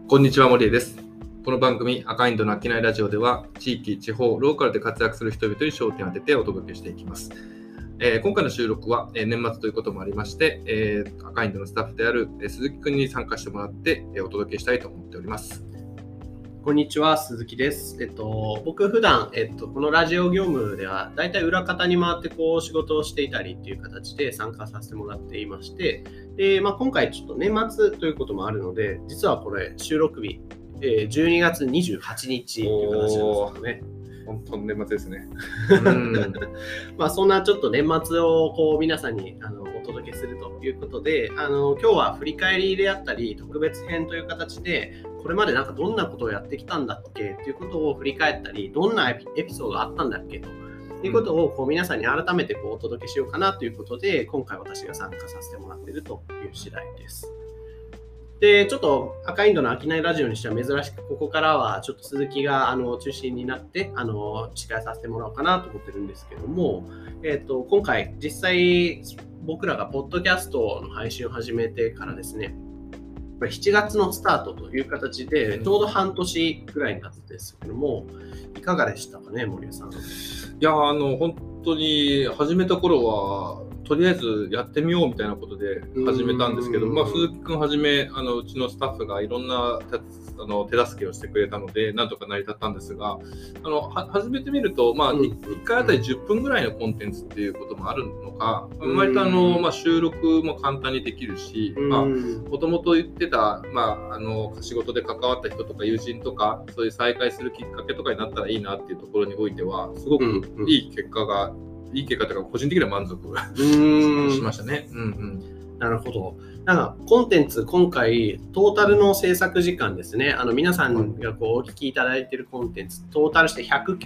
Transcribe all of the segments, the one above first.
こんにちは、森江です。この番組赤インドの商いラジオでは地域、地方、ローカルで活躍する人々に焦点を当ててお届けしていきます。今回の収録は、年末ということもありまして、赤インドのスタッフである、鈴木くんに参加してもらって、お届けしたいと思っております。 こんにちは、鈴木です。僕普段、このラジオ業務ではだいたい裏方に回って仕事をしていたりっていう形で参加させてもらっていまして、で、今回ちょっと年末ということもあるので、実はこれ収録日、12月28日という形なんですよね。 本当の年末ですね。 そんなちょっと年末を皆さんにお届けするということで、今日は振り返りであったり特別編という形で、これまでどんなことをやってきたんだっけということを振り返ったり、どんなエピソードがあったんだっけということを皆さんに改めてお届けしようかなということで、今回私が参加させてもらっているという次第です。で、ちょっと赤インドの商いラジオにしては珍しく、ここからはちょっと鈴木が中心になって司会させてもらおうかなと思ってるんですけども、今回実際僕らがポッドキャストの配信を始めてからですね、7月のスタートという形でちょうど半年くらいになったんですけども、いかがでしたかね、森江さん。 いや、本当に始めた頃はとりあえずやってみようみたいなことで始めたんですけど、鈴木くんはじめうちのスタッフがいろんな手助けをしてくれたのでなんとか成り立ったんですが、始めてみると、1回あたり10分ぐらいのコンテンツっていうこともあるのか、割と収録も簡単にできるし、もともと言ってた、仕事で関わった人とか友人とかそういう再会するきっかけとかになったらいいなっていうところにおいてはすごくいい結果というか個人的には満足しましたね。 なるほど。コンテンツ、今回トータルの制作時間ですね、皆さんがお聞きいただいているコンテンツトータルして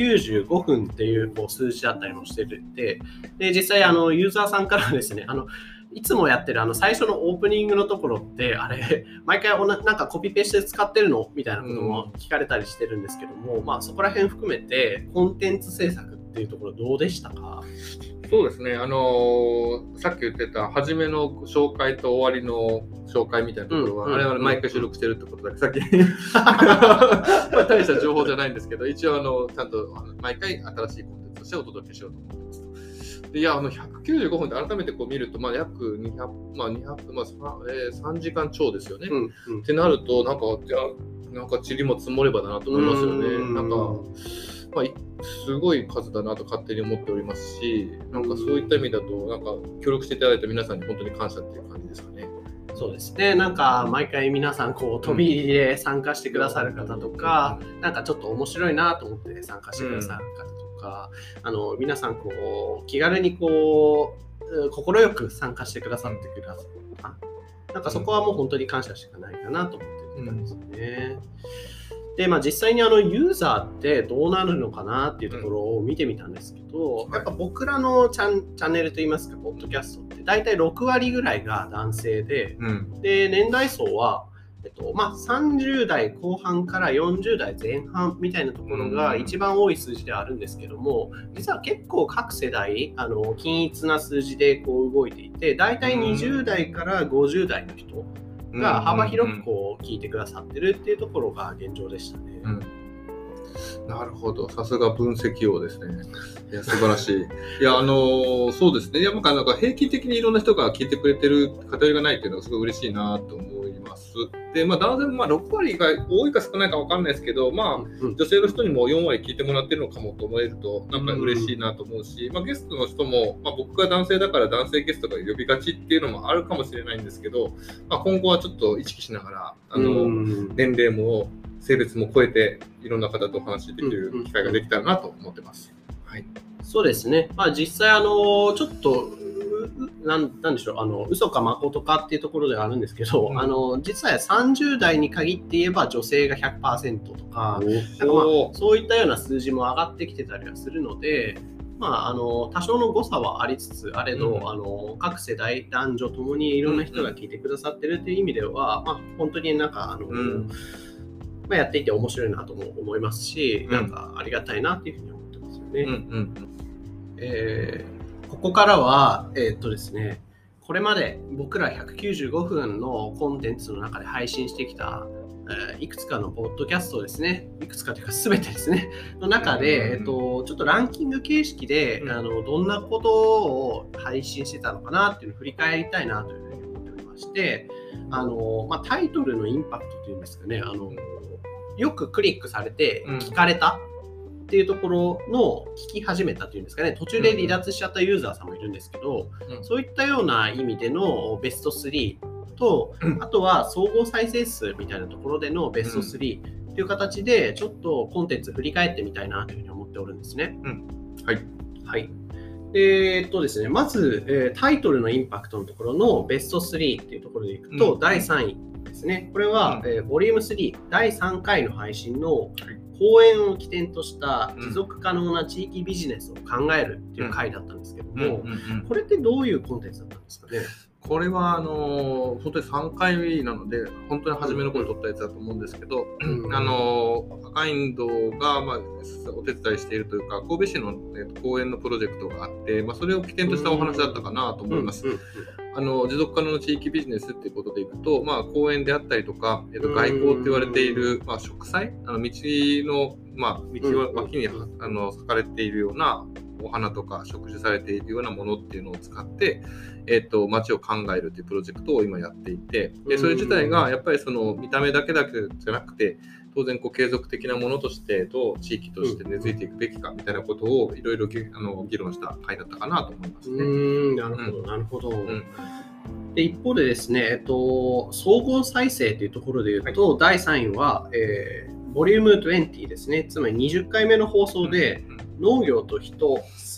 195分っていう数字だったりもしてて、で実際ユーザーさんからですね、いつもやってる最初のオープニングのところってあれ毎回コピペして使ってるのみたいなことも聞かれたりしてるんですけども、そこら辺含めてコンテンツ制作っていうところどうでしたか？ そうですね、さっき言ってた初めの紹介と終わりの紹介みたいなところは、あれは毎回収録してるってことだけさっき大した情報じゃないんですけど、一応ちゃんと毎回新しいコンテンツとしてお届けしようと思ってます。で、いや195分で改めて見ると、約3時間超ですよね、ってなるとなんか塵も積もればだなと思いますよね。すごい数だなと勝手に思っておりますし、そういった意味だと協力していただいた皆さんに本当に感謝っていう感じですかね。 そうですね、毎回皆さん飛び入りで参加してくださる方とか、ちょっと面白いなと思って参加してくださる方とか、皆さん気軽に快く参加してくださってくださったそこはもう本当に感謝しかないかなと思ってる感じですね。で、実際にユーザーってどうなるのかなっていうところを見てみたんですけど、やっぱ僕らのチャンネルといいますか、ポッドキャストって大体6割ぐらいが男性で、で年代層は、30代後半から40代前半みたいなところが一番多い数字ではあるんですけども、実は結構各世代均一な数字で動いていて、大体20代から50代の人が幅広く聞いてくださってるっていうところが現状でしたね。 なるほど、さすが分析王ですね。いや素晴らしい。いやそうですね。いや平均的にいろんな人が聞いてくれてる偏りがないっていうのはすごい嬉しいなと思います。で、男性も6割が多いか少ないか分かんないですけど、女性の人にも4割聞いてもらってるのかもと思えると嬉しいなと思うし、ゲストの人も、僕が男性だから男性ゲストが呼びがちっていうのもあるかもしれないんですけど、今後はちょっと意識しながら年齢も性別も超えていろんな方とお話しできる機会ができたらなと思ってます。 そうですね。実際ちょっとなんでしょう、嘘か誠かっていうところではあるんですけど、実は30代に限って言えば女性が 100% とか、そういったような数字も上がってきてたりはするので、多少の誤差はありつつあれど、各世代男女ともにいろんな人が聞いてくださってるっていう意味では、本当にやっていて面白いなとも思いますし、ありがたいなっていうふうに思ってますよね。ここからはですね、これまで僕ら195分のコンテンツの中で配信してきたいくつかのポッドキャストですね、いくつかというか全てですね、の中で、ちょっとランキング形式で、どんなことを配信してたのかなっていうのを振り返りたいなというふうに思っておりまして、タイトルのインパクトというんですかね、よくクリックされて聞かれたっていうところの聞き始めたというんですかね、途中で離脱しちゃったユーザーさんもいるんですけど、そういったような意味でのベスト3と、あとは総合再生数みたいなところでのベスト3という形でちょっとコンテンツ振り返ってみたいなというふうに思っておるんですね。 はい。 はい。ですね、まず、タイトルのインパクトのところのベスト3っていうところでいくと、第3位ですね。これは、ボリューム3第3回の配信の講演を起点とした持続可能な地域ビジネスを考えるっていう回だったんですけども、これってどういうコンテンツだったんですかね。 これは本当に3回なので本当に初めの頃撮ったやつだと思うんですけど、赤インドが、お手伝いしているというか神戸市の、講演のプロジェクトがあって、それを起点としたお話だったかなと思います。持続可能な地域ビジネスっていうことでいくと、講演であったりとか、外交って言われている、植栽、道の、道脇に咲かれているようなお花とか植樹されているようなものっていうのを使って、街を考えるというプロジェクトを今やっていて、でそれ自体がやっぱりその見た目だけじゃなくて、当然継続的なものとしてどう地域として根付いていくべきかみたいなことをいろいろ議論した回だったかなと思いますね。 なるほど、なるほど。で一方でですね、総合再生というところでいうと、第3位は、ボリューム20ですね。つまり20回目の放送で、農業と人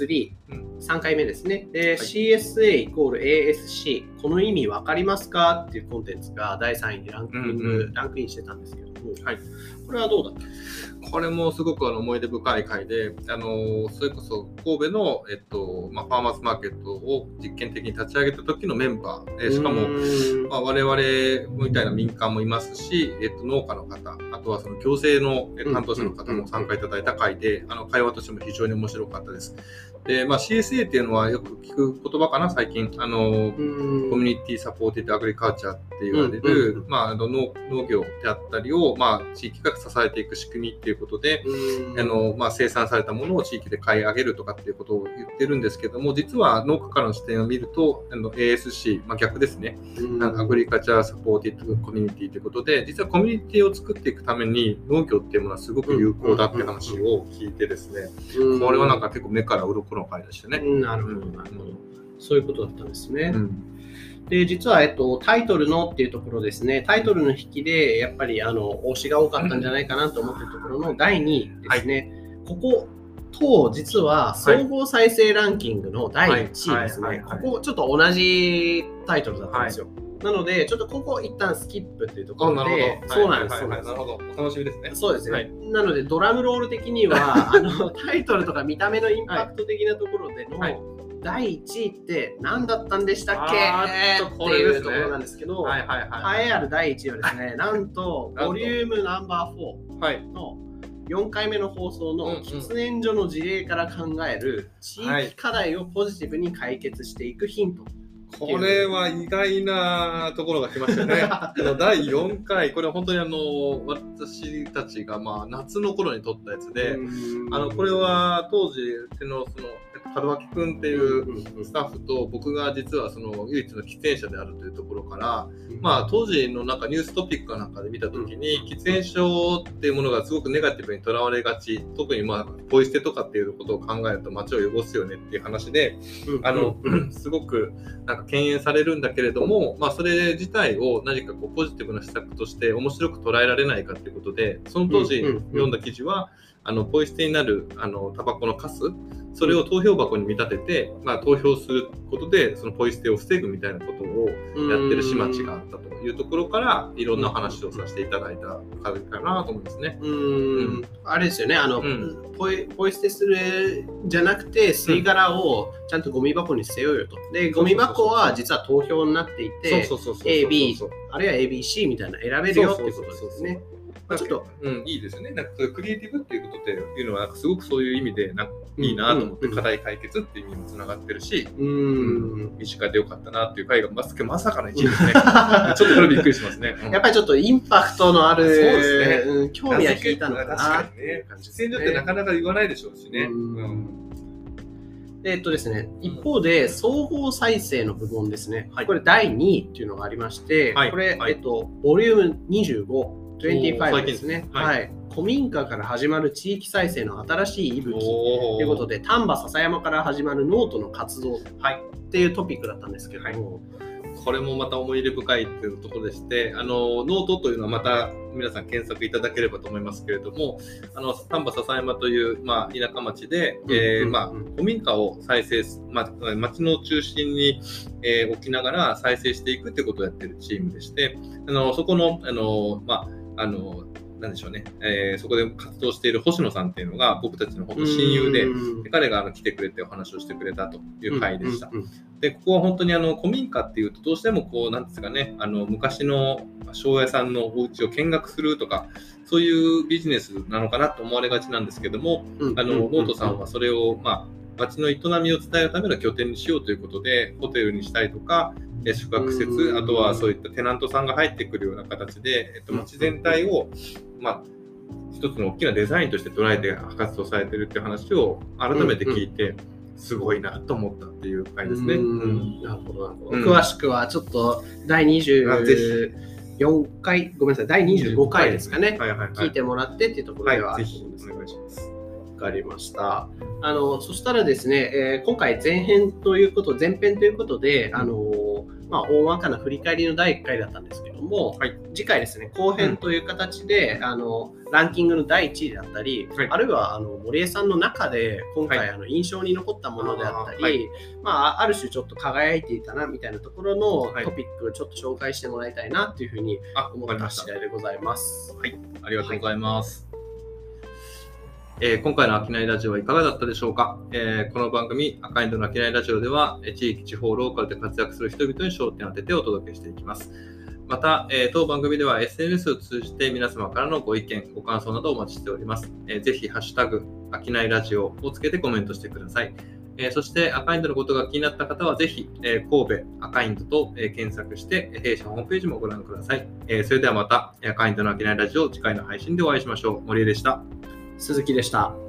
3回目ですね。で、CSA イコール ASC、この意味分かりますかっていうコンテンツが第3位にランクインしてたんですけども、これはどうだったんですか？ これもすごく思い出深い回で、それこそ神戸の、ファーマーズマーケットを実験的に立ち上げた時のメンバー、しかも、我々みたいな民間もいますし、農家の方、あとはその行政の担当者の方も参加いただいた回で、会話としても非常に面白かったです。で、CSA っていうのはよく聞く言葉かな、最近。コミュニティサポーティッドアグリカルチャーって言われる、農業であったりを、地域が支えていく仕組みっていうことで、生産されたものを地域で買い上げるとかっていうことを言ってるんですけども、実は農家からの視点を見ると、ASC、逆ですね。アグリカルチャーサポーティッドコミュニティということで、実はコミュニティを作っていくために農業っていうものはすごく有効だって話を聞いてですね、これはなんか結構目から鱗の回でしたね。 なるほど、なるほど。そういうことだったんですね。で実は、タイトルのっていうところですね、タイトルの引きでやっぱり推しが多かったんじゃないかなと思っているところの第2位ですね。ここと実は総合再生ランキングの第1位ですね。ここちょっと同じタイトルだったんですよ。なのでちょっとここ一旦スキップっていうところで、そうなんです。 なるほど。お楽しみですね。 そうですね。なのでドラムロール的にはタイトルとか見た目のインパクト的なところでの第1位って何だったんでしたっけっていうところなんですけど、栄えある第1位はですね、なんとボリュームナンバー4の4回目の放送の喫煙所の事例から考える地域課題をポジティブに解決していくヒント。 これは意外なところが来ましたね。第4回、これは本当に私たちが夏の頃に撮ったやつで、これは当時の門脇くんっていうスタッフと僕が実はその唯一の喫煙者であるというところから、当時のなんかニューストピックかなんかで見たときに、喫煙症っていうものがすごくネガティブにとらわれがち、特にポイ捨てとかっていうことを考えると街を汚すよねっていう話で、すごくなんか敬遠されるんだけれども、それ自体を何かポジティブな施策として面白く捉えられないかということで、その当時読んだ記事はポイ捨てになるタバコのカス、それを投票箱に見立てて、投票することでそのポイ捨てを防ぐみたいなことをやってる市町があったというところからいろんな話をさせていただいた回かなと思いますね。 あれですよね、ポイ捨てするじゃなくて吸い殻をちゃんとゴミ箱に捨てようよと。でゴミ箱は実は投票になっていて A、B あるいは ABC みたいな選べるよっていうことですね。 ちょっと、 いいですよね。なんかクリエイティブっていうことっていうのはなんかすごくそういう意味でいいなと思って、課題解決っていう意味にもつながってるし、身近でよかったなっていう回がまさかの1位ですね。ちょっとこれびっくりしますね。 やっぱりちょっとインパクトのある、 そうですね。 興味は引いたのかな。 確かにね。実践所ってなかなか言わないでしょうしね。 ですね、一方で総合再生の部門ですね、これ第2位っていうのがありまして、これ、ボリューム25ですね、古民家から始まる地域再生の新しい息吹ということで、丹波篠山から始まるノートの活動っていうトピックだったんですけども、 これもまた思い入れ深いっていうところでして、ノートというのはまた皆さん検索いただければと思いますけれども、丹波篠山という、田舎町で、古民家を再生、町の中心に、置きながら再生していくっていうことをやっているチームでして、そこの、なんでしょうね、そこで活動している星野さんっていうのが僕たちの本当親友で、彼が来てくれてお話をしてくれたという回でした。で、ここは本当に古民家っていうとどうしてもこうなんですかね、昔の庄屋さんのお家を見学するとかそういうビジネスなのかなと思われがちなんですけども、ノートさんはそれを町の営みを伝えるための拠点にしようということでホテルにしたりとか宿泊施設、あとはそういったテナントさんが入ってくるような形で、町全体を一つの大きなデザインとして捉えて活動されているっていう話を改めて聞いて、すごいなと思ったっていう回ですね。 なるほど、詳しくはちょっと第24回、ごめんなさい、第25回ですかね、聞いてもらってっていうところでは、 ぜひお願いします。 わかりました。そしたらですね、今回前編ということ、前編ということで、大まかな振り返りの第1回だったんですけども、次回ですね、後編という形で、ランキングの第1位であったり、あるいは森江さんの中で今回印象に残ったものであったり、ある種ちょっと輝いていたなみたいなところのトピックをちょっと紹介してもらいたいなというふうに思った次第でございます。 ありがとうございます。今回の商いラジオはいかがだったでしょうか。この番組赤インドの商いラジオでは地域地方ローカルで活躍する人々に焦点を当ててお届けしていきます。また、当番組では SNS を通じて皆様からのご意見ご感想などをお待ちしております。ぜひハッシュタグ商いラジオをつけてコメントしてください。そして赤インドのことが気になった方はぜひ、神戸赤インドと、検索して弊社ホームページもご覧ください。それではまた赤インドの商いラジオ次回の配信でお会いしましょう。森江でした。 鈴木でした。